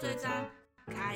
这张开。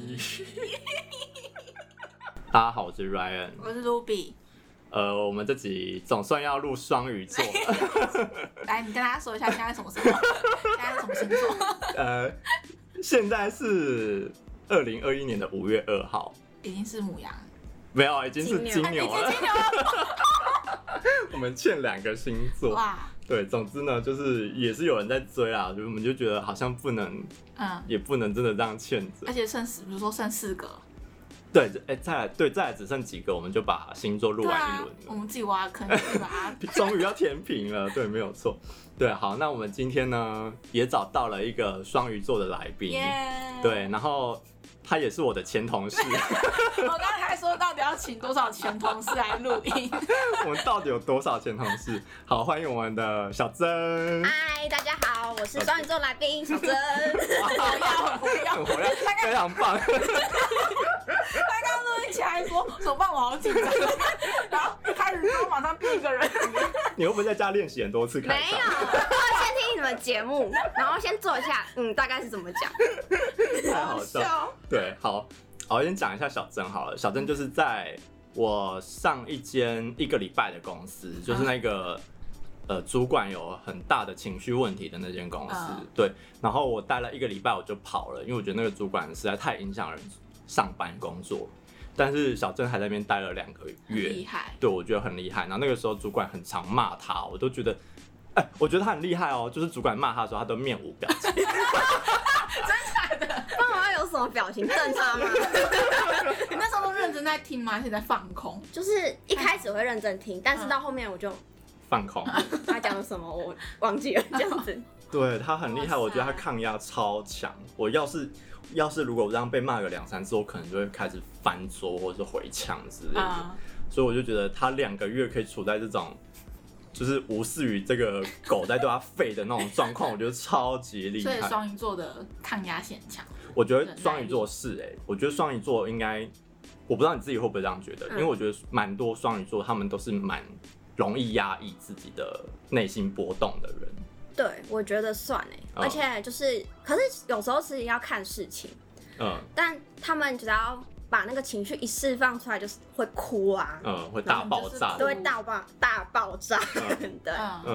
大家好，我是 Ryan， 我是 Ruby。 我们这集总算要录双鱼座了。 来，你跟大家说一下现在什么时候？现在是什么星座？ 现在是2021年的5月2号， 已经是牡羊， 没有，已经是金牛了。我们欠2个星座。 哇！ 对，总之呢，就是也是有人在追啦，我们就觉得好像不能，也不能真的这样欠着。 而且比如说剩4个。 对，再来只剩几个，我们就把星座录完一轮了。 我们自己挖坑，自己把它终于要填平了。对，没有错。对，好，那我们今天呢也找到了一个双鱼座的来宾。对，然后他也是我的前同事。 我刚才还说到底要请多少前同事来录音？ 我们到底有多少前同事？好，欢迎我们的小珍。 嗨，大家好，我是双鱼座来宾小珍。 很活跃， 非常棒。 他刚录音起来说怎么办，我好紧张，然后一开始说马上变一个人。 你会不会在家练习很多次开场？没有，我先听你们节目，然后先做一下，大概是怎么讲。 太好笑。对，好，我先讲一下小珍好了。小珍就是在我上一个礼拜的公司，就是那个主管有很大的情绪问题的那间公司。对，然后我待了1个礼拜我就跑了，因为我觉得那个主管实在太影响人上班工作。但是小珍还在那边待了2个月， 厉害。对， 我觉得很厉害。然后那个时候主管很常骂他，我都觉得，我觉得他很厉害哦。就是主管骂他的时候，他都面无表情。 真假的？ 不然我要有什么表情？瞪他吗？ 你那时候都认真在听吗？还是在放空？ 就是一开始会认真听，但是到后面我就放空。 他讲了什么我忘记了，这样子。 对，他很厉害，我觉得他抗压超强。我要是如果我这样被骂个2-3次，我可能就会开始翻桌或者是回呛之类的。所以我就觉得他2个月可以处在这种就是无视于这个狗在对他吠的那种状况，我觉得超级厉害。 所以双鱼座的抗压性强。 我觉得双鱼座是我觉得双鱼座应该，我不知道你自己会不会这样觉得，因为我觉得蛮多双鱼座他们都是蛮容易压抑自己的内心波动的人。 对，我觉得算而且就是，可是有时候是要看事情，但他们只要把那个情绪一释放出来，就是会哭啊， 会大爆炸， 都会大爆炸，对，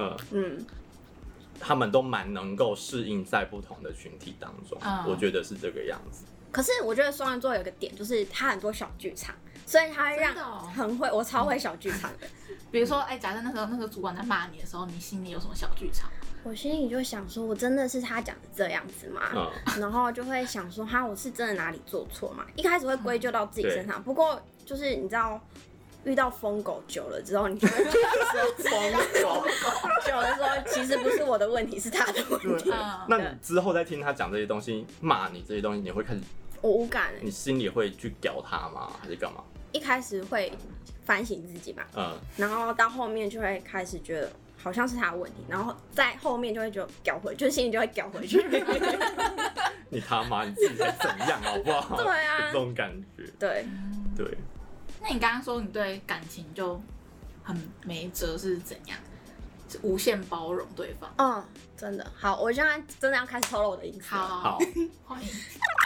他们都蛮能够适应在不同的群体当中，我觉得是这个样子。 可是我觉得双鱼座有一个点，就是他很多小剧场，所以他会让很会，我超会小剧场的。 比如说，假设那时候那个主管在骂你的时候，你心里有什么小剧场？ 我心里就想说，我真的是他讲的这样子吗？然后就会想说，我是真的哪里做错吗？一开始会归咎到自己身上，不过就是你知道，遇到疯狗久了之后，你就会觉得说，疯狗久了说，其实不是我的问题，是他的问题。 那你之后再听他讲这些东西，骂你这些东西，你会开始我无感你心里会去屌他吗？还是干嘛？ 一开始会反省自己吧，然后到后面就会开始觉得好像是他的问题，然后在后面就会觉得屌回，就是心里就会屌回去。 你他妈你自己才怎样好不好？ 对啊， 这种感觉。 对。 那你刚刚说你对感情就很没辙是怎样？是无限包容对方？ 真的好，我现在真的要开始透露我的隐私。 好，欢迎。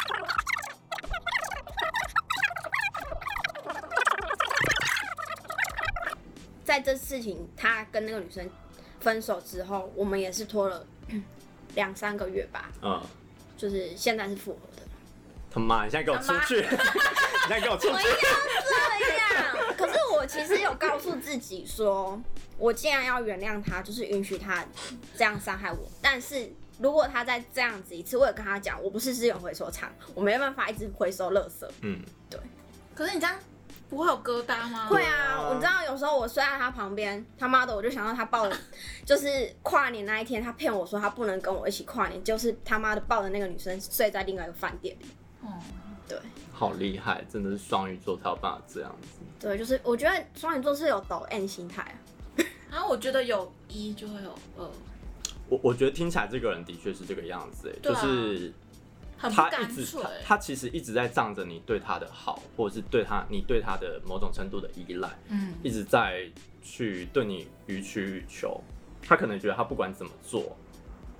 在这事情他跟那个女生分手之后，我们也是拖了2-3个月吧。就是现在是复合的。 他妈，你现在给我出去！你现在给我出去！ 我一定要这样。可是我其实有告诉自己说，我既然要原谅他，就是允许他这样伤害我。但是如果他再这样子一次，我有跟他讲，我不是资源回收厂，我没办法一直回收垃圾。对。 可是你这样不会有疙瘩吗？ 会啊，你知道有时候我睡在他旁边，他妈的我就想到他抱的，就是跨年那一天，他骗我说他不能跟我一起跨年，就是他妈的抱的那个女生睡在另外一个饭店里。对， 好厉害，真的是双鱼座才有办法这样子。 对，就是我觉得双鱼座是有抖 M 心态然后我觉得有1就会有2。 我觉得听起来这个人的确是这个样子，就是他其实一直在仗着你对他的好，或者是你对他的某种程度的依赖，一直在去对你予取予求。他可能觉得他不管怎么做，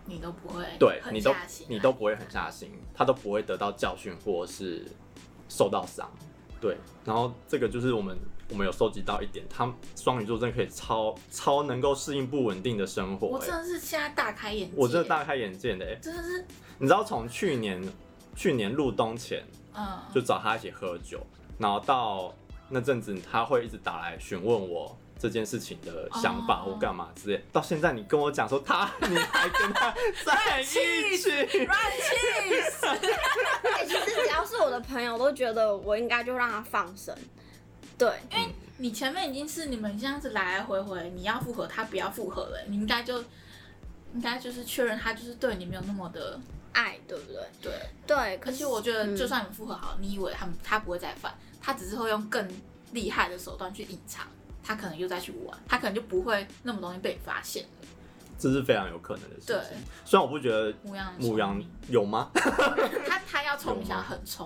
你都不会对你都不会狠下心，他都不会得到教训或是受到伤。对，然后这个就是我们有收集到一点，他双鱼座真的可以超能够适应不稳定的生活。 我真的是现在大开眼界， 我真的大开眼界的， 真的是。 你知道从去年入冬前，就找他一起喝酒，然后到那阵子他会一直打来询问我这件事情的想法或干嘛之类，到现在你跟我讲说你还跟他在一起， 乱气死！ 其实只要是我的朋友，都觉得我应该就让他放生。对， 因为你前面已经是你们这样子来来回回，你要复合，他不要复合了，你应该就是确认他就是对你没有那么的爱，对不对？ 对。可是我觉得，就算你们复合好，你以为他不会再犯，他只是会用更厉害的手段去隐藏。他可能又再去玩，他可能就不会那么容易被你发现了。 这是非常有可能的事情。 对， 虽然我不觉得母羊有吗？ 他要冲一下很冲。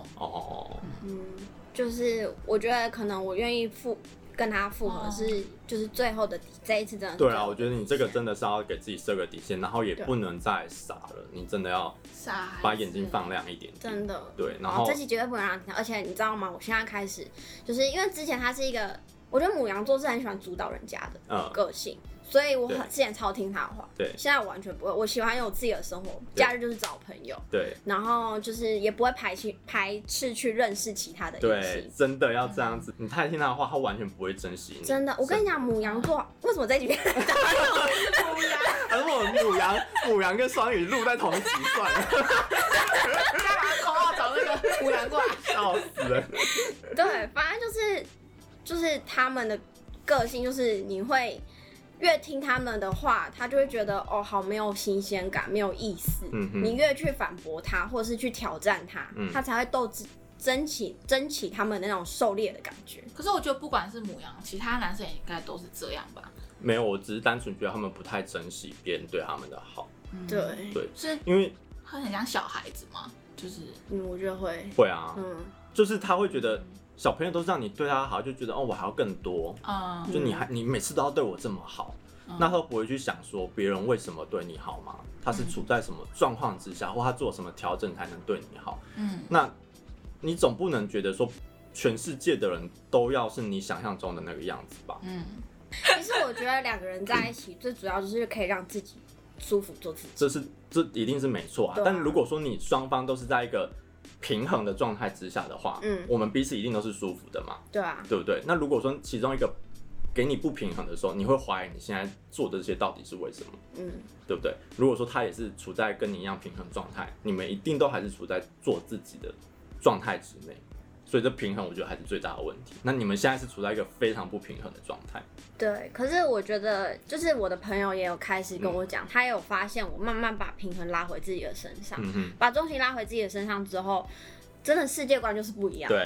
就是我觉得可能我愿意跟他复合是就是最后的这一次真的。 对啊，我觉得你这个真的是要给自己设个底线，然后也不能再傻了，你真的要把眼睛放亮一点点。真的。对，然后这期绝对不能让他听，而且你知道吗？我现在开始就是因为之前他是一个。我觉得牡羊座是很喜欢主导人家的个性，所以我之前超听他的话。对，现在我完全不会，我喜欢有自己的生活，假日就是找朋友。对，然后就是也不会排斥去认识其他的异性。 对，真的要这样子。你太听他的话，他完全不会珍惜你。 真的，我跟你讲，牡羊座为什么这几天牡羊？ 还是我牡羊跟双鱼录在同一集算了。 干嘛口号找那个牡羊过来？ 笑死了。 对，反正就是他们的个性，就是你会越听他们的话，他就会觉得好没有新鲜感，没有意思。你越去反驳他，或者是去挑战他，他才会争起他们的那种狩猎的感觉。 可是我觉得不管是牡羊，其他男生也应该都是这样吧？ 没有，我只是单纯觉得他们不太珍惜别人对他们的好。 对， 是因为他很像小孩子嘛，就是我觉得会啊，就是他会觉得。小朋友都是让你对他好，就觉得我还要更多，就你每次都要对我这么好，那他都不会去想说别人为什么对你好吗？他是处在什么状况之下，或他做什么调整才能对你好？那你总不能觉得说全世界的人都要是你想象中的那个样子吧？ 其实我觉得两个人在一起，最主要就是可以让自己舒服做自己， 这一定是没错啊。但如果说你双方都是在一个平衡的状态之下的话，我们彼此一定都是舒服的嘛， 对啊， 对不对？那如果说其中一个给你不平衡的时候，你会怀疑你现在做的这些到底是为什么，对不对？如果说他也是处在跟你一样平衡状态，你们一定都还是处在做自己的状态之内，所以这平衡我觉得还是最大的问题。那你们现在是处在一个非常不平衡的状态。 对，可是我觉得就是我的朋友也有开始跟我讲，他也有发现我慢慢把平衡拉回自己的身上，把重心拉回自己的身上之后，真的世界观就是不一样。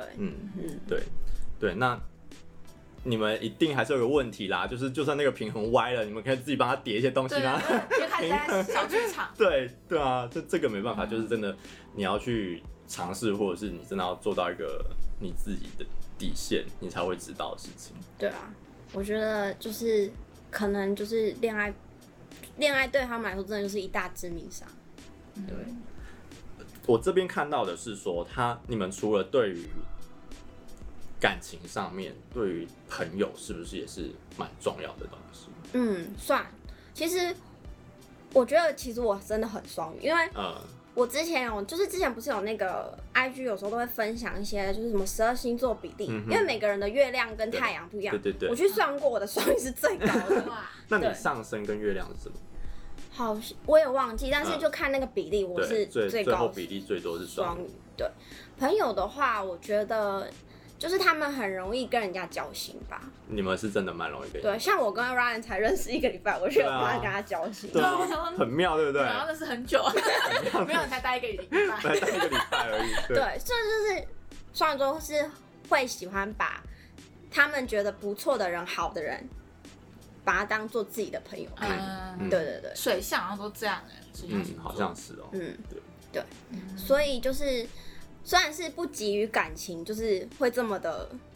对，那你们一定还是有个问题啦，就是就算那个平衡歪了，你们可以自己帮他叠一些东西啦。 就开始在小剧场。 对啊，这个没办法，就是真的你要去尝试，或者是你真的要做到一个你自己的底线，你才会知道的事情。 对啊，我觉得就是可能就是恋爱对他们来说真的就是一大致命伤。对， 我这边看到的是说，你们除了对于感情上面，对于朋友是不是也是蛮重要的东西？ 算。其实我觉得，其实我真的很双鱼，因为我之前不是有那个 IG 有时候都会分享一些就是什么12星座比例，因为每个人的月亮跟太阳不一样。对。我去算过，我的双鱼是最高的。 那你上升跟月亮是什么？ 好，我也忘记，但是就看那个比例，我是最高。 最后比例最多是双鱼。 对，朋友的话，我觉得就是他们很容易跟人家交心吧。 你们是真的蛮容易跟人家。 对，像我跟 Ryan 才认识1个礼拜，我就有办法跟他交心。 对，我想说很妙，对不对？ 然后认识很久，没有才待1个礼拜， 才待1个礼拜而已。 对，这就是双鱼座是会喜欢把他们觉得不错的人、好的人，把他当做自己的朋友看。对， 水象好像都这样好像是哦。 对，所以就是虽然是不急于感情，就是会这么的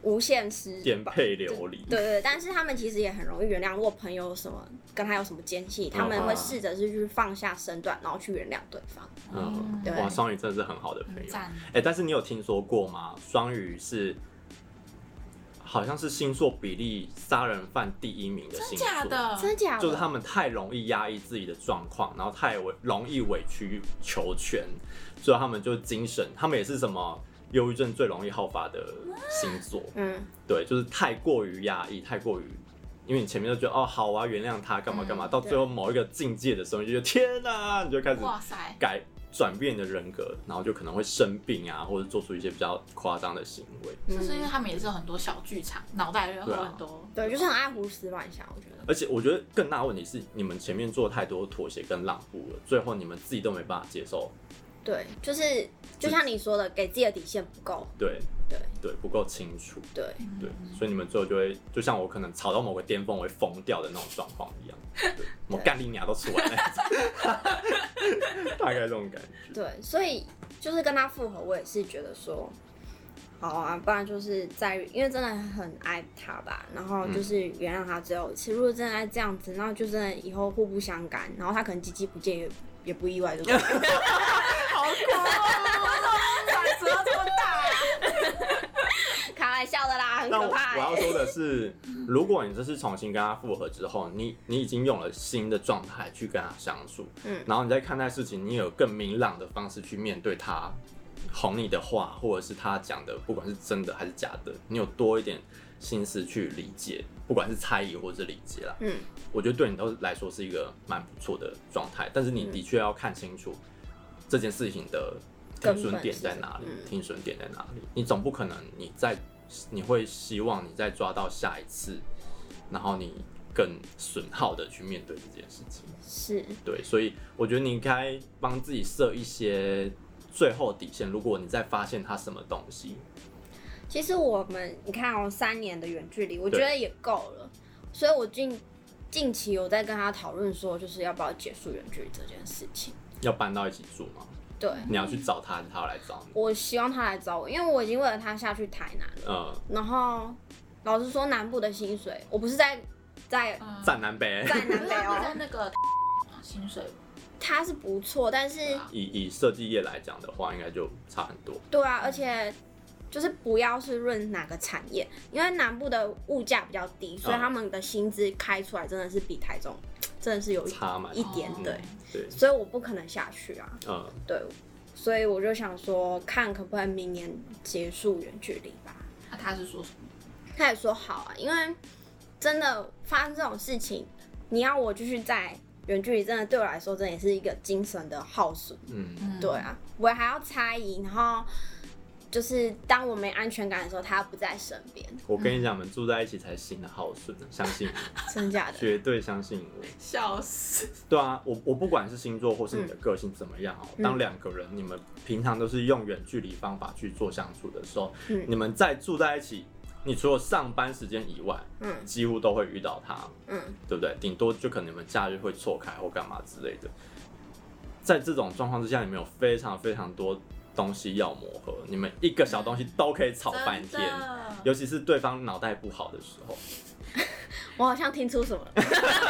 无限施颠沛流离。 对对，但是他们其实也很容易原谅。如果朋友有什么跟他有什么间隙，他们会试着是去放下身段，然后去原谅对方。对， 哇，双鱼真的是很好的朋友。但是你有听说过吗？双鱼是好像是星座比例杀人犯第1名的星座。 真假的？ 真假的？ 就是他们太容易压抑自己的状况，然后太容易委曲求全，所以他们就精神，他们也是什么忧郁症最容易好发的星座。对，就是太过于压抑，太过于，因为你前面都觉得哦好啊，原谅他干嘛干嘛，到最后某一个境界的时候，你就觉得天哪，你就开始转变你的人格，然后就可能会生病啊，或者做出一些比较夸张的行为。 就是因为他们也是有很多小剧场，脑袋里会有很多， 对，就是很爱胡思乱想，我觉得。 而且我觉得更大的问题是，你们前面做太多妥协跟让步了，最后你们自己都没办法接受。 对，就是就像你说的，给自己的底线不够。 对，不够清楚。对，所以你们最后就会，就像我可能吵到某个巅峰，我会疯掉的那种状况一样。对，我干你娘都出来了，大概这种感觉。 对，所以就是跟他复合，我也是觉得说，好啊，不然就是在于，因为真的很爱他吧，然后就是原谅他只有一次。如果真的爱这样子，那就真的以后互不相干，然后他可能鸡鸡不见也不意外，对不对？ 好酷哦，转折这么大。 开玩笑的啦，很可怕。 我要说的是，如果你这次重新跟他复合之后，你已经用了新的状态去跟他相处，然后你在看待事情，你有更明朗的方式去面对他哄你的话，或者是他讲的，不管是真的还是假的，你有多一点心思去理解，不管是猜疑或者是理解啦。我觉得对你来说是一个蛮不错的状态，但是你的确要看清楚这件事情的停损点在哪里，停损点在哪里？你总不可能你会希望你再抓到下一次，然后你更损耗的去面对这件事情。 是， 对，所以我觉得你应该帮自己设一些最后底线。如果你再发现他什么东西， 其实你看3年的远距离，我觉得也够了。所以我近期有在跟他讨论说，就是要不要结束远距离这件事情。 要搬到一起住吗？ 对， 你要去找他，还是他要来找你？ 我希望他来找我，因为我已经为了他下去台南了。然后老实说，南部的薪水，我不是在站南北， 在南北哦， 在那个薪水， 他是不错，但是以设计业来讲的话，应该就差很多。 对啊，而且就是不要是论哪个产业，因为南部的物价比较低，所以他们的薪资开出来真的是比台中真的是有差蛮一点，对， 所以我不可能下去啊。对，所以我就想说，看可不可以明年结束远距离吧。 那他是说什么？ 他也说好啊，因为真的发生这种事情，你要我继续在远距离，真的对我来说，真的也是一个精神的耗损。对啊，我还要猜疑，然后就是当我没安全感的时候，他不在身边。 我跟你讲，我们住在一起才新的耗损，相信我。 真假的？ 绝对相信我。 笑死。 对啊，我不管是星座或是你的个性怎么样当2个人你们平常都是用远距离方法去做相处的时候，你们在住在一起，你除了上班时间以外，几乎都会遇到他，对不对？顶多就可能你们假日会错开或干嘛之类的。在这种状况之下，你们有非常非常多东西要磨合，你们一个小东西都可以吵半天，尤其是对方脑袋不好的时候。 我好像听出什么了。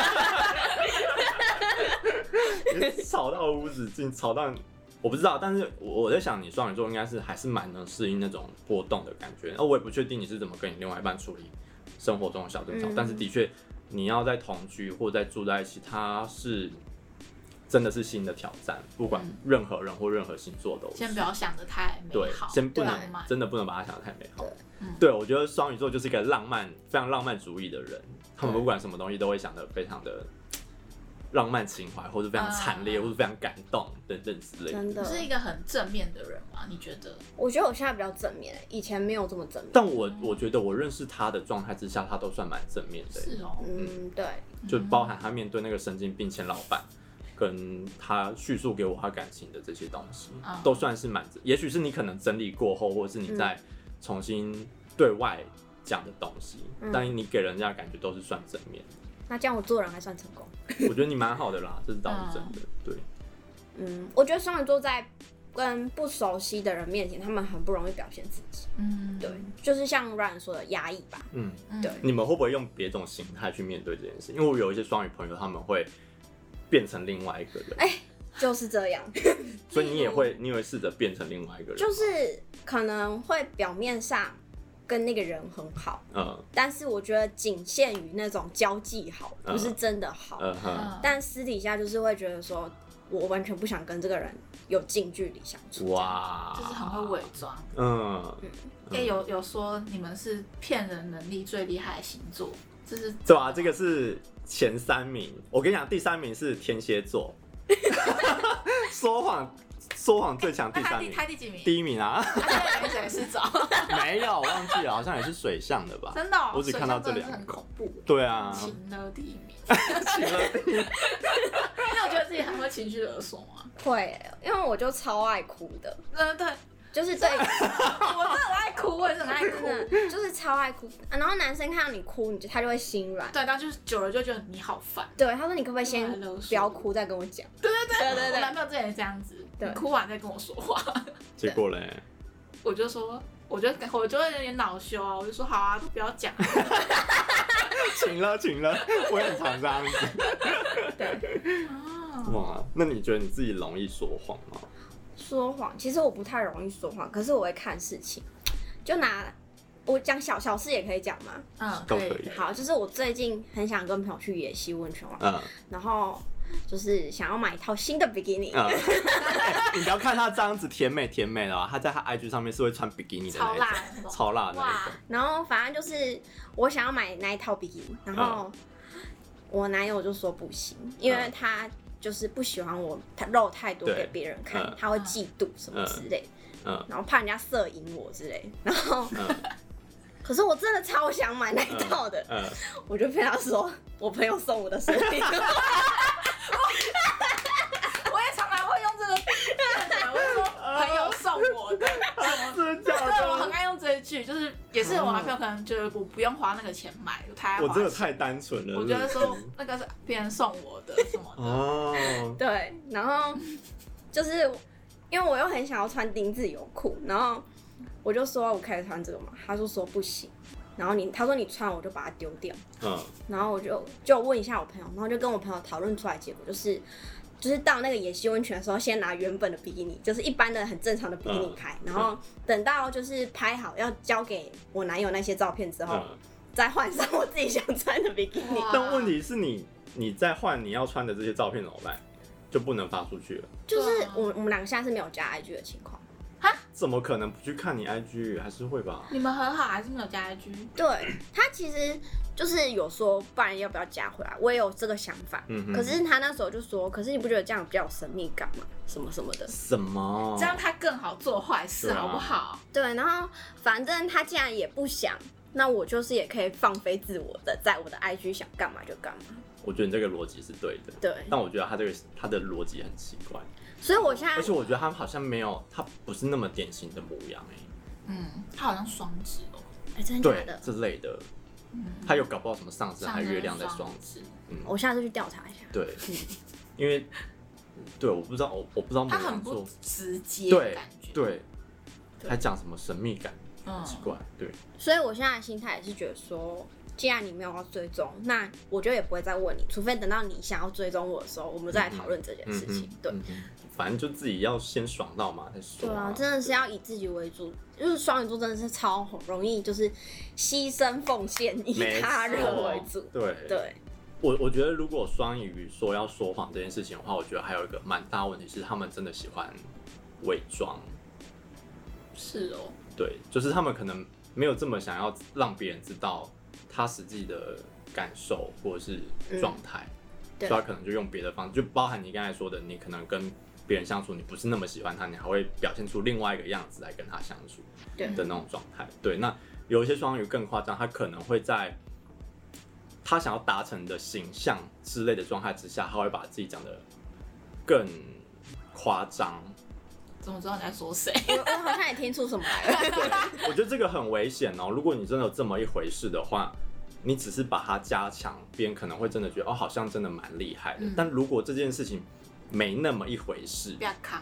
吵到无止境，吵到我不知道，但是我在想，你双鱼座应该是还是蛮能适应那种波动的感觉。我也不确定你是怎么跟你另外一半处理生活中的小争吵，但是的确你要在同居或在住在一起，它是真的是新的挑战，不管任何人或任何星座都是。 先不要想得太美好， 对，先不能真的不能把它想得太美好。对，我觉得双鱼座就是一个非常浪漫主义的人，他们不管什么东西都会想得非常的浪漫情怀，或是非常惨烈，或是非常感动等等之类的。 真的， 你是一个很正面的人吗？你觉得？ 我觉得我现在比较正面，以前没有这么正面。 但我觉得我认识他的状态之下，他都算蛮正面的。 是哦， 对， 就包含他面对那个神经病前老板，跟他叙述给我他感情的这些东西，都算是蛮。也许是你可能整理过后，或者是你再重新对外讲的东西，但你给人家的感觉都是算正面的。 那这样我做人还算成功。 我觉得你蛮好的啦，这是倒是真的。对， 我觉得双鱼座在跟不熟悉的人面前，他们很不容易表现自己。对，就是像 Ryan 说的压抑吧。对。 你们会不会用别种形态去面对这件事？因为我有一些双语朋友，他们会变成另外一个人。 就是这样。 所以你也会试着变成另外一个人， 就是可能会表面上跟那个人很好，但是我觉得仅限于那种交际好，不是真的好。但私底下就是会觉得说，我完全不想跟这个人有近距离相处。 哇，就是很会伪装。有说你们是骗人能力最厉害的星座，这是对啊，这个是前3名。我跟你讲，第3名是天蝎座。说谎最强，第3名。 他第几名？ 第1名啊。 他谁是找？ 没有，我忘记了，好像也是水象的吧？ 真的、 我只看到这2个， 很恐怖。 对啊。 情勒第1名。 情勒第1名。 你有觉得自己很会情绪勒索吗？ 会，因为我就超爱哭的。 对。 就是对，我真的很爱哭，我也是很爱哭， 就是超爱哭。然后男生看到你哭，他就会心软。 对，但就是久了就觉得你好烦。 对，他说你可不可以先不要哭，再跟我讲？ 对。我男朋友之前也这样子，你哭完再跟我说话。 结果嘞， 我就会有点恼羞啊，我就说好啊，都不要讲。 请了，我也很常这样子。 对。 哇，那你觉得你自己容易说谎吗？ 说谎，其实我不太容易说谎，可是我会看事情。就拿我讲小事也可以讲吗？ 都可以。 好，就是我最近很想跟朋友去野溪温泉玩，然后就是想要买一套新的比基尼。 你不要看他这样子甜美的啊，他在他 IG 上面是会穿比基尼的那一种，超辣的那一种。 然后反正就是我想要买那一套比基尼，然后我男友就说不行，因为他就是不喜欢我露太多给别人看，他会嫉妒什么之类，然后怕人家色淫我之类，然后，可是我真的超想买那一套的，我就骗他说我朋友送我的生日礼物，我也常常会用这个，我会说朋友送我的，对，我很爱用这一句，就是也是我男朋友可能觉得我不用花那个钱买， 我真的太单纯了， 我觉得说那个是别人送我的什么的， 对，然后就是因为我又很想要穿丁字油裤，然后我就说我可以穿这个嘛，他就说不行，然后他说你穿我就把它丢掉，然后我就问一下我朋友，然后就跟我朋友讨论出来，结果就是到那个野溪温泉的时候，先拿原本的比基尼，就是一般的很正常的比基尼拍，然后等到就是拍好要交给我男友那些照片之后，再换上我自己想穿的比基尼。 但问题是你再换你要穿的这些照片怎么办？就不能发出去了？ 就是我们两个现在是没有加 IG 的情况。 怎么可能不去看你 IG？ 还是会吧？ 你们很好，还是没有加 IG？ 对，他其实就是有说，不然要不要加回来？我也有这个想法，可是他那时候就说，可是你不觉得这样比较有神秘感吗？什么什么的。 什么？ 这样他更好做坏事，好不好？ 对，然后反正他既然也不想，那我就是也可以放飞自我的，在我的 IG 想干嘛就干嘛。 我觉得你这个逻辑是对的， 对。 但我觉得他的逻辑很奇怪。 所以我现在， 而且我觉得他好像没有，他不是那么典型的模样他好像双子哦， 真的假的？ 之类的，他有搞不好什么上升还月亮在双子， 我下次去调查一下。 对，因为对我不知道，我不知道他很不直接的感觉， 对，还讲什么神秘感，很奇怪，对。 所以我现在的心态也是觉得说，既然你没有要追踪，那我就也不会再问你，除非等到你想要追踪我的时候，我们再来讨论这件事情。对， 反正就自己要先爽到嘛再说。 对啊，真的是要以自己为主。就是双鱼座真的是超容易，就是牺牲奉献，以他人为主。对。 我觉得如果双鱼说要说谎这件事情的话，我觉得还有一个蛮大问题是，他们真的喜欢伪装。 是哦。 对，就是他们可能没有这么想要让别人知道他实际的感受或者是状态，所以他可能就用别的方式，就包含你刚才说的，你可能跟别人相处，你不是那么喜欢他，你还会表现出另外一个样子来跟他相处的那种状态。对，那有一些双鱼更夸张，他可能会在他想要达成的形象之类的状态之下，他会把自己讲得更夸张。 怎么知道你在说谁？ 我好像也听出什么来了。 我觉得这个很危险哦。如果你真的有这么一回事的话，你只是把它加强，别人可能会真的觉得好像真的蛮厉害的。但如果这件事情没那么一回事， 不要扛了。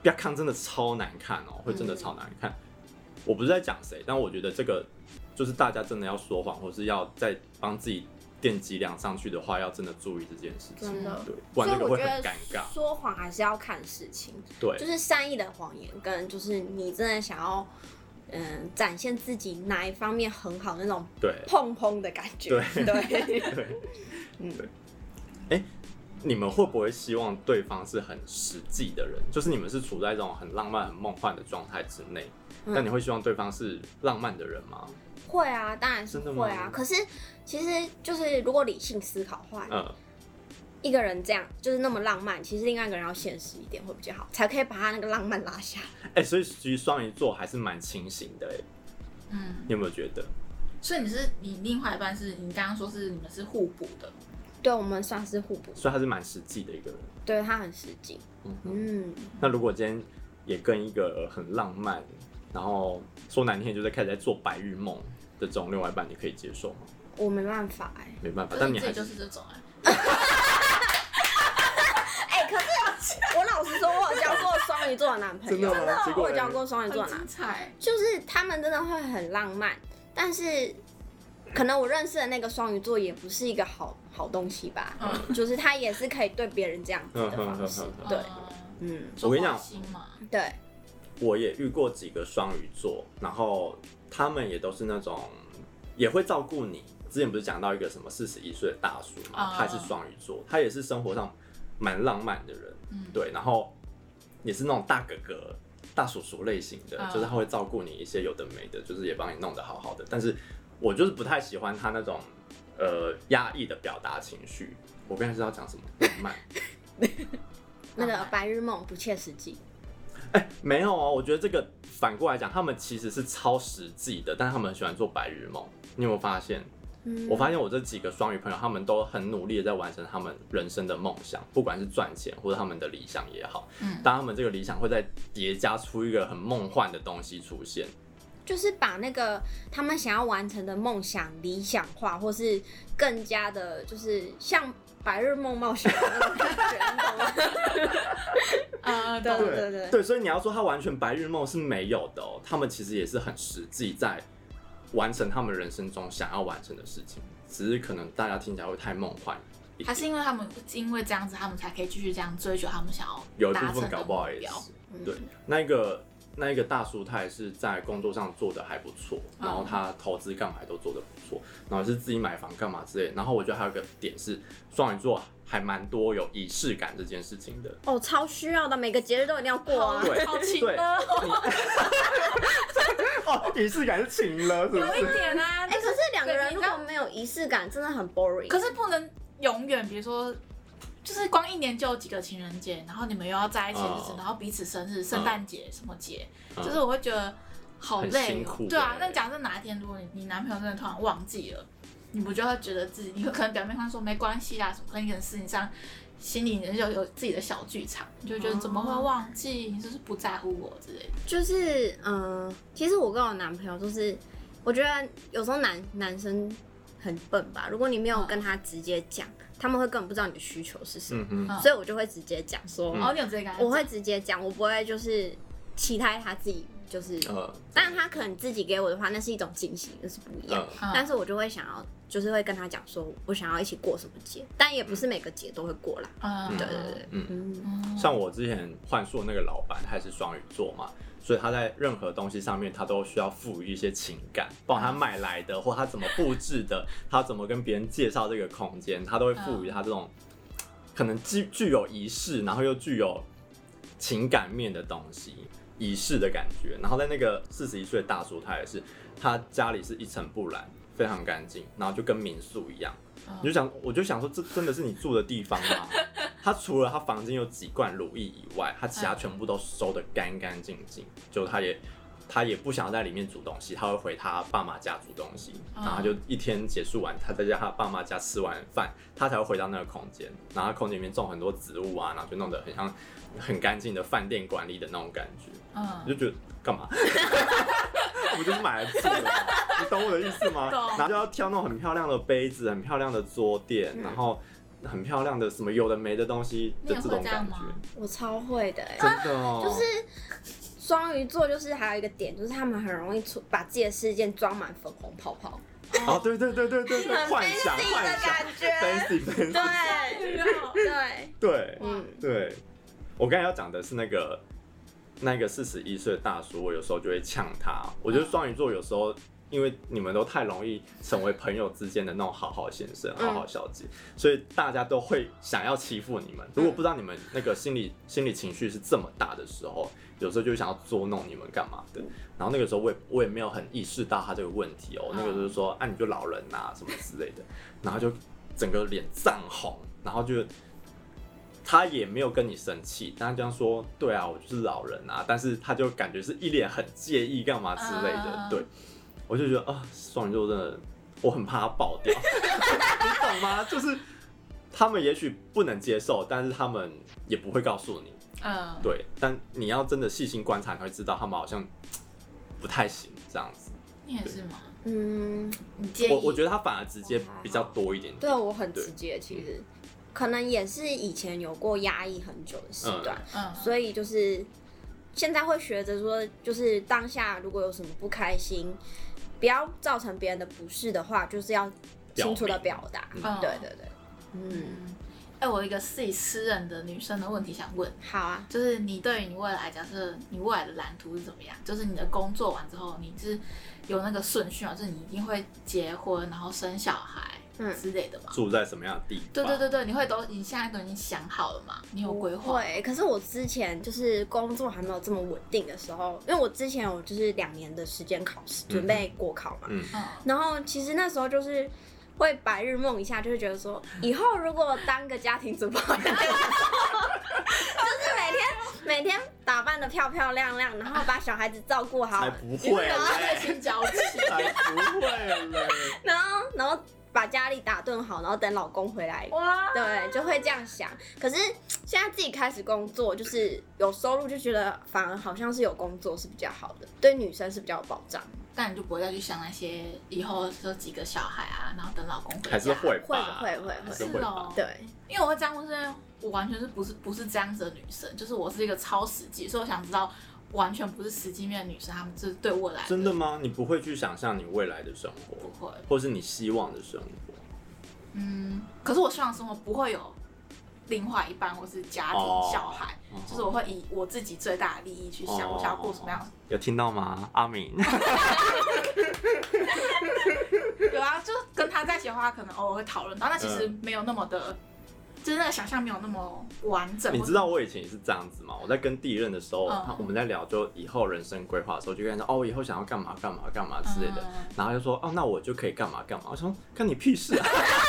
不要看真的超难看哦，会真的超难看。我不是在讲谁，但我觉得这个就是大家真的要说谎，或是要再帮自己垫几两上去的话，要真的注意这件事情。 真的， 对，不然这个会很尴尬。 说谎还是要看事情， 对， 就是善意的谎言跟就是你真的想要。展现自己哪一方面很好的那种砰砰的感觉，对对，对，你们会不会希望对方是很实际的人？就是你们是处在这种很浪漫、很梦幻的状态之内，但你会希望对方是浪漫的人吗？ 会啊，当然是会啊。可是其实就是如果理性思考的话，一个人这样就是那么浪漫，其实另外一个人要现实一点会比较好，才可以把他那个浪漫拉下。 所以其实双鱼座还是蛮清醒的你有没有觉得？ 所以你另外一半是你刚刚说是你们是互补的， 对，我们算是互补， 所以他是蛮实际的一个人， 对他很实际。 那如果今天也跟一个很浪漫，然后说难听就在开始在做白日梦的这种另外一半，你可以接受吗？ 我没办法没办法，但你还是就是这种可是我老实说，我有交过双鱼座的男朋友， 真的吗？ 我有交过双鱼座的男朋友，就是他们真的会很浪漫，但是可能我认识的那个双鱼座也不是一个好东西吧，就是他也是可以对别人这样子的方式，对， 我跟你讲， 对， 我也遇过几个双鱼座，然后他们也都是那种也会照顾你。之前不是讲到一个什么41岁的大叔嘛，他是双鱼座，他也是生活上蛮浪漫的人，对，然后也是那种大哥哥、大叔叔类型的，就是他会照顾你一些有的没的，就是也帮你弄得好好的。但是我就是不太喜欢他那种压抑的表达情绪。我刚才是要讲什么？浪漫？ 那个白日梦不切实际。 没有哦，我觉得这个反过来讲，他们其实是超实际的，但是他们很喜欢做白日梦。你有没有发现？我发现我这几个双鱼朋友，他们都很努力的在完成他们人生的梦想，不管是赚钱或者他们的理想也好。但他们这个理想会再叠加出一个很梦幻的东西出现， 就是把那个他们想要完成的梦想理想化，或是更加的，就是像白日梦冒险的那种感觉，你懂吗？ 对，所以你要说他完全白日梦是没有的哦，他们其实也是很实际在完成他们人生中想要完成的事情，只是可能大家听起来会太梦幻。 还是因为他们因为这样子，他们才可以继续这样追求他们想要达成的目标。有一部分搞不好也是， 对，那一个大叔他也是在工作上做的还不错，然后他投资干嘛都做的不错，然后是自己买房干嘛之类的。然后我觉得还有一个点是，双鱼座还蛮多有仪式感这件事情的。 哦，超需要的，每个节日都一定要过啊。 对， 好情了。 仪式感是情了，是不是？ 有一点啊。 可是两个人如果没有仪式感，真的很 boring。 可是不能永远，比如说。就是光一年就有几个情人节，然后你们又要在一起的日子，然后彼此生日、圣诞节什么节，就是我会觉得好累哦。对啊，那假设哪一天如果你男朋友真的突然忘记了，你不就会觉得自己，你会可能表面上说没关系啦什么，可能事情上心里就有自己的小剧场，你就觉得怎么会忘记？你就是不在乎我之类的。 就是其实我跟我男朋友就是，我觉得有时候男生很笨吧，如果你没有跟他直接讲。他们会根本不知道你的需求是什么，所以我就会直接讲说， 你有直接跟他讲， 我会直接讲，我不会就是期待他自己就是，当然他可能自己给我的话，那是一种惊喜，那是不一样。但是我就会想要，就是会跟他讲说，我想要一起过什么节，但也不是每个节都会过啦。对， 像我之前换宿的那个老板，他也是双鱼座嘛。所以他在任何东西上面，他都需要赋予一些情感，包括他买来的，或他怎么布置的，他怎么跟别人介绍这个空间，他都会赋予他这种可能具有仪式，然后又具有情感面的东西，仪式的感觉。然后在那个41岁的大叔，他也是，他家里是一尘不染，非常干净，然后就跟民宿一样。我就想说，这真的是你住的地方吗？他除了他房间有几罐乳液以外，他其他全部都收得干干净净。就他也不想要在里面煮东西，他会回他爸妈家煮东西，然后他就一天结束完，他在他爸妈家吃完饭，他才会回到那个空间，然后他空间里面种很多植物啊，然后就弄得很像很干净的饭店管理的那种感觉。我就觉得干嘛？我就是买来住的，你懂我的意思吗？然后就要挑那种很漂亮的杯子、很漂亮的桌垫，然后很漂亮的什么有的没的东西的这种感觉。 我超会的真的哦。 就是双鱼座，就是还有一个点，就是他们很容易把自己的事件装满粉红泡泡。 哦，对，幻想的感觉 ，fancy， 对，对。我刚才要讲的是那个41岁的大叔，我有时候就会呛他。我觉得双鱼座有时候，因为你们都太容易成为朋友之间的那种好好先生、好好小姐，所以大家都会想要欺负你们。如果不知道你们那个心理情绪是这么大的时候，有时候就想要捉弄你们干嘛的。然后那个时候我也没有很意识到他这个问题哦。那个就是说，你就老人啊什么之类的，然后就整个脸涨红，然后就。他也没有跟你生气，但他这样说，对啊，我就是老人啊，但是他就感觉是一脸很介意干嘛之类的，对，我就觉得双鱼座真的，我很怕他爆掉，你懂吗？就是他们也许不能接受，但是他们也不会告诉你，对，但你要真的细心观察，你会知道他们好像不太行这样子。 你也是吗？ 你介意？ 我觉得他反而直接比较多一点点。 对，我很直接，其实。可能也是以前有过压抑很久的时段，所以就是现在会学着说，就是当下如果有什么不开心，不要造成别人的不适的话，就是要清楚的表达。对， 我有一个自己私人的女生的问题想问。 好啊， 就是你对于你未来，假设你未来的蓝图是怎么样？就是你的工作完之后，你是有那个顺序嘛？就是你一定会结婚，然后生小孩。之类的嘛， 住在什么样的地方？ 对，你现在都已经想好了嘛？你有规划？ 对，可是我之前就是工作还没有这么稳定的时候，因为我之前有就是2年的时间考试，准备国考嘛，然后其实那时候就是会白日梦一下，就是觉得说以后如果当个家庭主妇，就是每天打扮得漂漂亮亮，然后把小孩子照顾好， 才不会嘞， 睡醒早起， 才不会嘞， 然后把家里打顿好，然后等老公回来，对，就会这样想。可是现在自己开始工作，就是有收入，就觉得反而好像是有工作是比较好的，对女生是比较有保障。 但你就不会再去想那些以后有几个小孩啊，然后等老公回家。 还是会吧，会， 是哦， 对， 因为我会这样问，是因为我完全不是这样子的女生，就是我是一个超实际，所以我想知道。完全不是实际面的女生，她们就是对未来的。 真的吗？你不会去想象你未来的生活， 不会， 或是你希望的生活。 可是我希望生活不会有另外一半或是家庭、小孩，就是我会以我自己最大的利益去想，我想要过什么样。 有听到吗，阿敏？ 有啊，就跟他在一起的话，可能偶尔会讨论到，但其实没有那么的。就是那个想象没有那么完整。 你知道我以前也是这样子吗？我在跟第一任的时候，我们在聊就以后人生规划的时候，就跟他说我以后想要干嘛干嘛干嘛之类的，然后就说那我就可以干嘛干嘛。我说干你屁事啊！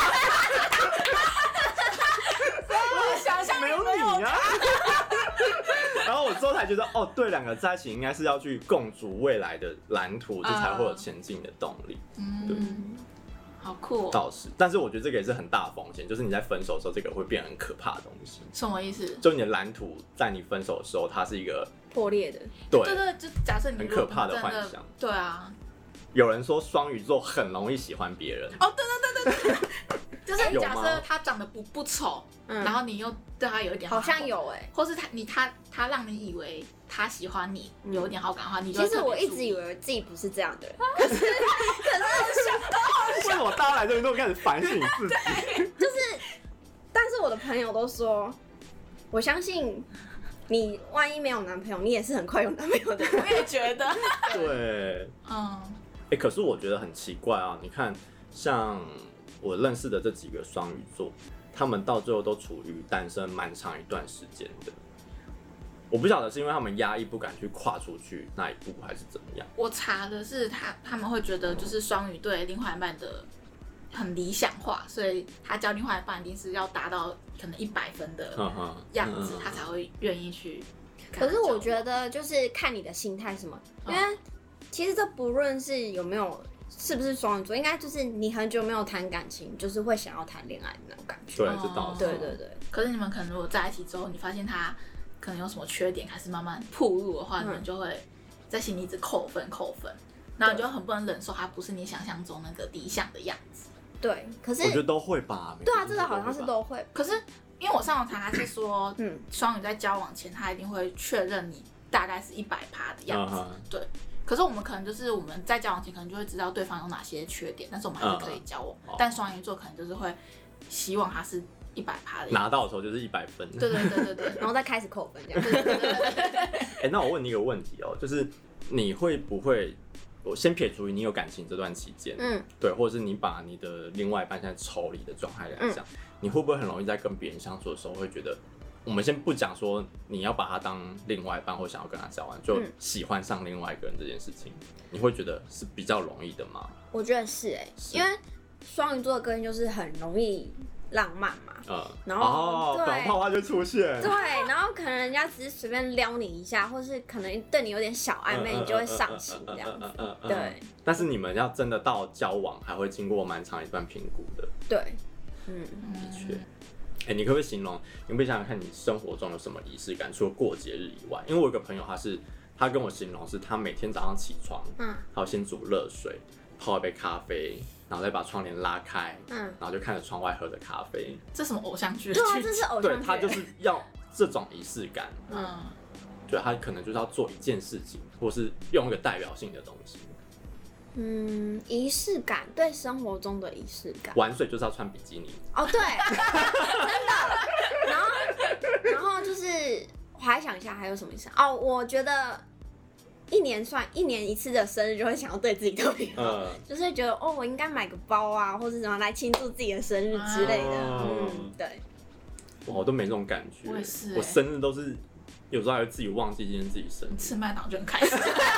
我想象没有你啊。然后我之后才觉得对，两个在一起应该是要去共筑未来的蓝图，这才会有前进的动力。对。 好酷倒是，但是我觉得这个也是很大的风险，就是你在分手的时候，这个会变很可怕的东西。 什么意思？ 就你的蓝图在你分手的时候，它是一个破裂的。 对，就假设你很可怕的幻想。 对啊。 有人说双鱼座很容易喜欢别人。 对。就是假设他长得不丑，然后你又对他有一点好像有或是他让你以为他喜欢你，有一点好感的话，你就其实我一直以为自己不是这样的人，可是为什么大家来这边都开始反省自己？ 就是，但是我的朋友都说，我相信你万一没有男朋友，你也是很快有男朋友的。 我也觉得。 对。可是我觉得很奇怪啊！你看，像我认识的这几个双鱼座，他们到最后都处于单身蛮长一段时间的。我不晓得是因为他们压抑不敢去跨出去那一步，还是怎么样。 我查的是他们会觉得就是双鱼对另外一半的很理想化，所以他交另外一半一定是要达到可能100分的样子，他才会愿意去。 可是我觉得就是看你的心态什么，因为其实这不论是有没有是不是双鱼座，应该就是你很久没有谈感情，就是会想要谈恋爱的那种感觉。 对，这倒是。 对。 可是你们可能如果在一起之后，你发现他可能有什么缺点，开始慢慢暴露的话，你们就会在心里一直扣分，然后你就很不能忍受他不是你想象中那个理想的样子。 对，可是我觉得都会吧。 对啊，这个好像是都会。 可是因为我上网查，他是说，双鱼在交往前，他一定会确认你大概是100%的样子，对。可是我们可能就是我们在交往前可能就会知道对方有哪些缺点，但是我们还是可以交往。但双鱼座可能就是会希望他是100%的， 拿到的时候就是100分。 对， 然后再开始扣分这样。 对。那我问你一个问题哦，就是你会不会？我先撇除你有感情这段期间，对，或者是你把你的另外一半现在抽离的状态来讲，你会不会很容易在跟别人相处的时候会觉得，我们先不讲说你要把他当另外一半或想要跟他交往，就喜欢上另外一个人这件事情，你会觉得是比较容易的吗？ 我觉得是因为双鱼座的个性就是很容易浪漫嘛，然后粉红泡泡就出现， 对，然后可能人家只是随便撩你一下，或是可能对你有点小暧昧，你就会上心这样子，对。 但是你们要真的到交往，还会经过蛮长一段评估的， 对， 的确。你可不可以形容？你可不可以想想看你生活中有什么仪式感？除了过节日以外，因为我有个朋友，他跟我形容是，他每天早上起床，他要先煮热水，泡一杯咖啡。然后再把窗帘拉开，然后就看着窗外喝着咖啡。 这什么偶像剧？ 对啊，这是偶像剧。 对，他就是要这种仪式感。对，他可能就是要做一件事情，或是用一个代表性的东西。 仪式感，对生活中的仪式感。 玩水就是要穿比基尼。 哦，对，真的。然后就是我还想一下还有什么仪式哦，我觉得。一年一次的生日就会想要对自己特别好，就是会觉得我应该买个包啊，或是什么来庆祝自己的生日之类的。对。 我都没这种感觉。 我也是。 我生日都是有时候还会自己忘记今天自己生日。 吃麦当劳就很开心。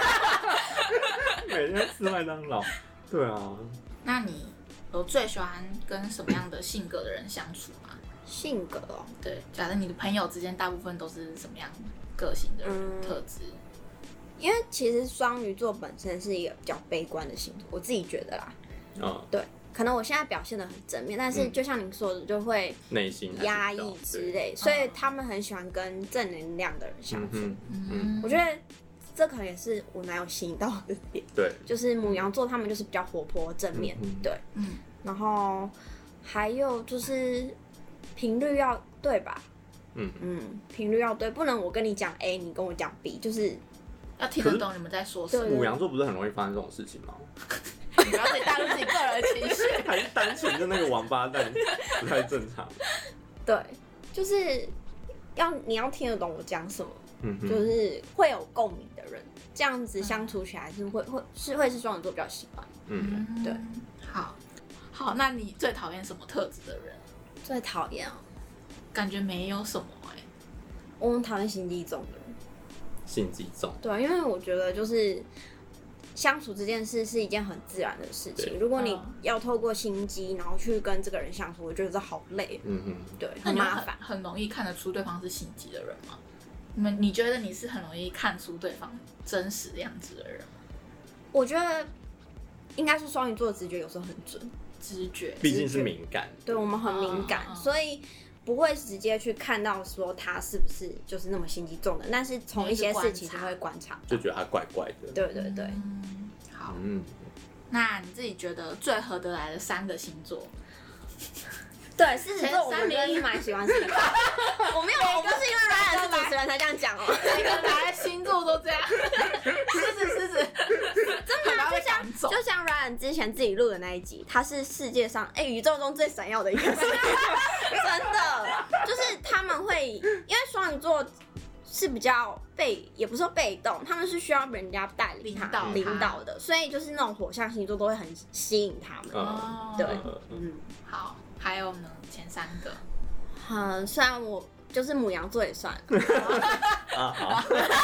每天吃麦当劳。对啊。 那你有最喜欢跟什么样的性格的人相处吗？ 性格哦。 对，假设你的朋友之间大部分都是什么样个性的人特质？ 因为其实双鱼座本身是一个比较悲观的星座，我自己觉得啦。对，可能我现在表现得很正面，但是就像您说的，就会内心压抑之类，所以他们很喜欢跟正能量的人相处。我觉得这可能也是我男友吸引到的点。 对， 就是牡羊座他们就是比较活泼正面，对，然后还有就是频率要对吧？频率要对，不能我跟你讲 A， 你跟我讲 B， 就是。 要听得懂你们在说什么。 牡羊座不是很容易发生这种事情吗？ 你不要自己带入自己个人情绪。 还是单纯就那个王八蛋不太正常。 对，就是你要听得懂我讲什么，就是会有共鸣的人，这样子相处起来是会是双鱼座比较喜欢。对。 好，那你最讨厌什么特质的人？ 最讨厌感觉没有什么我很讨厌心机重的人。 心机重。 对，因为我觉得就是相处这件事是一件很自然的事情。如果你要透过心机，然后去跟这个人相处，我觉得这好累。对，很麻烦。 很容易看得出对方是心机的人吗？你觉得你是很容易看出对方真实样子的人吗？ 我觉得应该是双鱼座的直觉有时候很准。 直觉， 毕竟是敏感。 对，我们很敏感，所以。不会直接去看到说他是不是就是那么心机重的，但是从一些事情就会观察， 就觉得他怪怪的。 对。 好，那你自己觉得最合得来的3个星座？ 对，狮子座我觉得是蛮喜欢狮子座。我不是因为Ryan是主持人才这样讲每个来星座都这样。狮子， 真的就像 Ryan 之前自己录的那一集，他是世界上宇宙中最闪耀的一个星座，真的，就是他们会因为双鱼座是比较也不是说被动，他们是需要人家带领领导的，所以就是那种火象星座都会很吸引他们。对， 好。还有呢，前3个。 虽然我就是牡羊座也算。 好。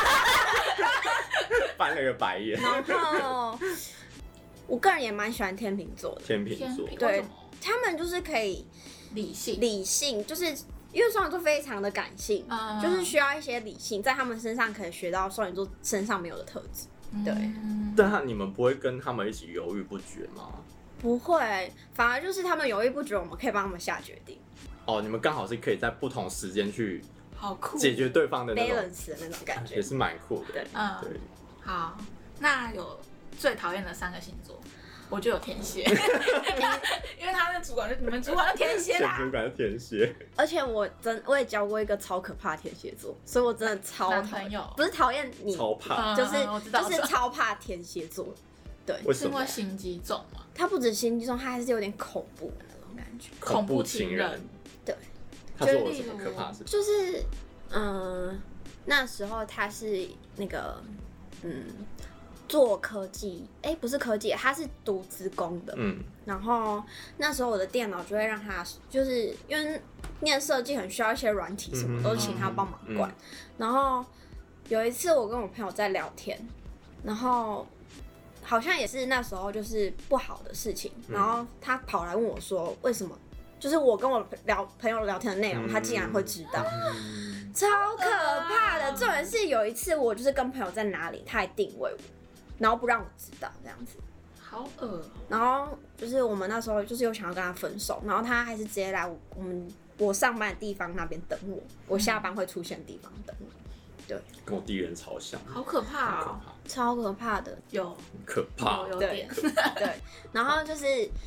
翻了个白眼。 然后，我个人也蛮喜欢天秤座的。 天秤座， 对，他们就是可以理性，就是因为双鱼座非常的感性，就是需要一些理性，在他们身上可以学到双鱼座身上没有的特质。对。 但你们不会跟他们一起犹豫不决吗？ 不会，反而就是他们犹豫不决，我们可以帮他们下决定。 你们刚好是可以在不同时间去好酷解决对方的那种 balance 的那种感觉， 也是蛮酷的。 对， 好，那有最讨厌的3个星座？ 我就有天蝎，因为他的主管你们主管是天蝎啦， 主管是天蝎。 而且我也交过一个超可怕的天蝎座，所以我真的超讨厌，不是讨厌你， 超怕， 就是超怕天蝎座。对， 为什么？ 是因为心机重吗？ 他不止心机重，他还是有点恐怖的那种感觉。 恐怖情人。 对。 他做了什么可怕的事情？ 就是那时候他是那个做科技，不是科技，他是读资工的。然后那时候我的电脑就会让他，就是因为念设计很需要一些软体什么，都请他帮忙管。然后有一次我跟我朋友在聊天，然后好像也是那时候就是不好的事情，然后他跑来问我说为什么，就是我跟我朋友聊天的内容，他竟然会知道，超可怕的。重点是有一次我就是跟朋友在哪里，他还定位我，然后不让我知道这样子， 好恶。 然后就是我们那时候就是有想要跟他分手，然后他还是直接来我上班的地方那边等我下班会出现的地方等我。对， 跟我第一人超像， 好可怕哦， 超可怕的， 有可怕， 有点对。然后就是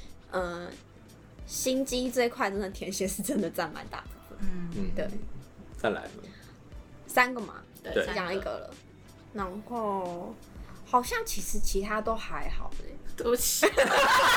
心机这一块真的天蝎是真的占蛮大部分。对。 再来呢 ？3个嘛， 对， 讲一个了。然后好像其实其他都还好对不起。难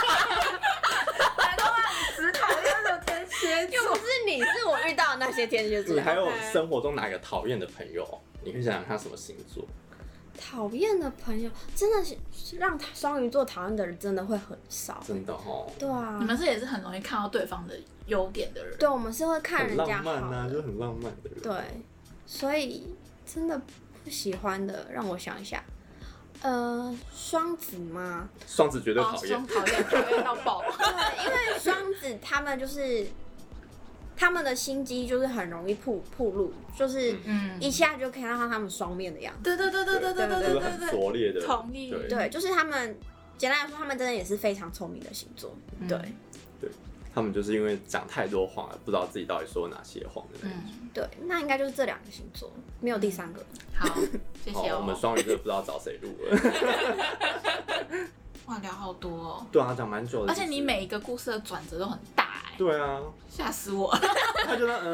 道你只讨厌那种天蝎座？ 又不是你，是我遇到的那些天蝎座。 你还有生活中哪个讨厌的朋友？你可以想想他什么星座？ 讨厌的朋友真的是让双鱼座讨厌的人真的会很少， 真的哦。 对啊， 你们也是很容易看到对方的优点的人。 对，我们是会看人家好的， 很浪漫啊，就很浪漫的人。 对，所以真的不喜欢的，让我想一下。双子吗？ 双子绝对讨厌， 讨厌到爆。 对，因为双子他们就是他们的心机就是很容易暴露，就是一下就可以看到他们双面的样子。 对， 就是很拙劣的。 同意。 对，就是他们简单来说，他们真的也是非常聪明的星座。对， 他们就是因为讲太多谎了，不知道自己到底说哪些谎的那种。 对，那应该就是这2个星座，没有第3个。 好，谢谢。 我们双鱼真的不知道找谁录了。 哇，聊好多哦。 对啊，讲蛮久的。 而且你每一个故事的转折都很大哎。 对啊。 吓死我。 他就说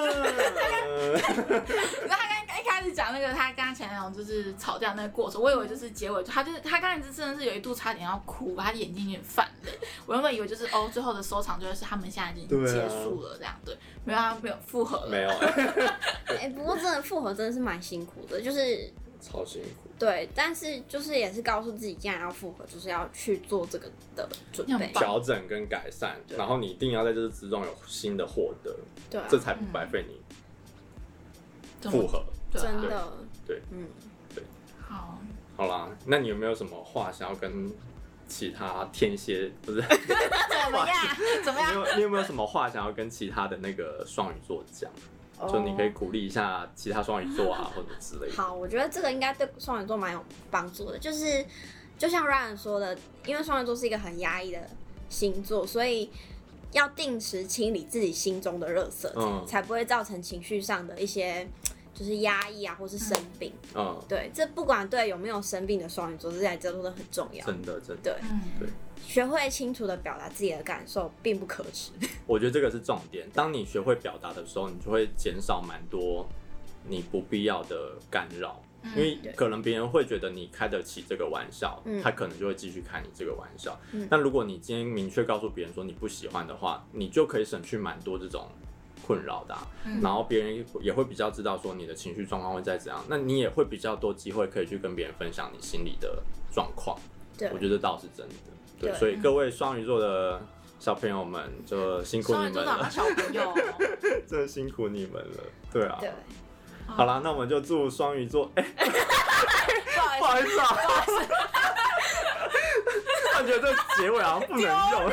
他一开始讲那个他跟他前男友就是吵架那个过程，我以为就是结尾，他刚才真的是有一度差点要哭，他眼睛有点泛泪。我原本以为就是最后的收场就是他们现在已经结束了这样，对，没有复合了， 没有。 不过真的复合真的是蛮辛苦的，就是超辛苦。 对，但是就是也是告诉自己，既然要复合，就是要去做这个的准备、 调整跟改善，然后你一定要在这之中有新的获得， 对， 这才不白费你复合。 真的， 对，对。 好啦，那你有没有什么话想要跟其他天蝎不是？ 怎么样？ 你有没有什么话想要跟其他的那个双鱼座讲？就你可以鼓励一下其他双鱼座啊，或者之类的。 好，我觉得这个应该对双鱼座蛮有帮助的，就是就像 Ryan 说的，因为双鱼座是一个很压抑的星座，所以要定时清理自己心中的垃圾，才不会造成情绪上的一些就是压抑啊，或是生病。对，这不管对有没有生病的双鱼座，这都很重要。 真的。 对，学会清楚的表达自己的感受，并不可耻。 我觉得这个是重点。当你学会表达的时候，你就会减少蛮多你不必要的干扰，因为可能别人会觉得你开得起这个玩笑，他可能就会继续开你这个玩笑。但如果你今天明确告诉别人说你不喜欢的话，你就可以省去蛮多这种困扰的然后别人也会比较知道说你的情绪状况会再怎样，那你也会比较多机会可以去跟别人分享你心里的状况。我觉得倒是真的。对，所以各位双鱼座的小朋友们就辛苦你们了。 小朋友， 真的辛苦你们了。对啊。 对。 好啦，那我们就祝双鱼座。不好意思啊。我觉得这结尾好像不能用。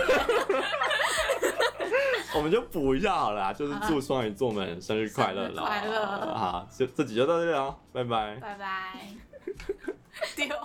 我们就补一下好了，就是祝双鱼座们生日快乐啦！ 快乐！ 好，这集就到这里了，拜拜。 拜拜。丢。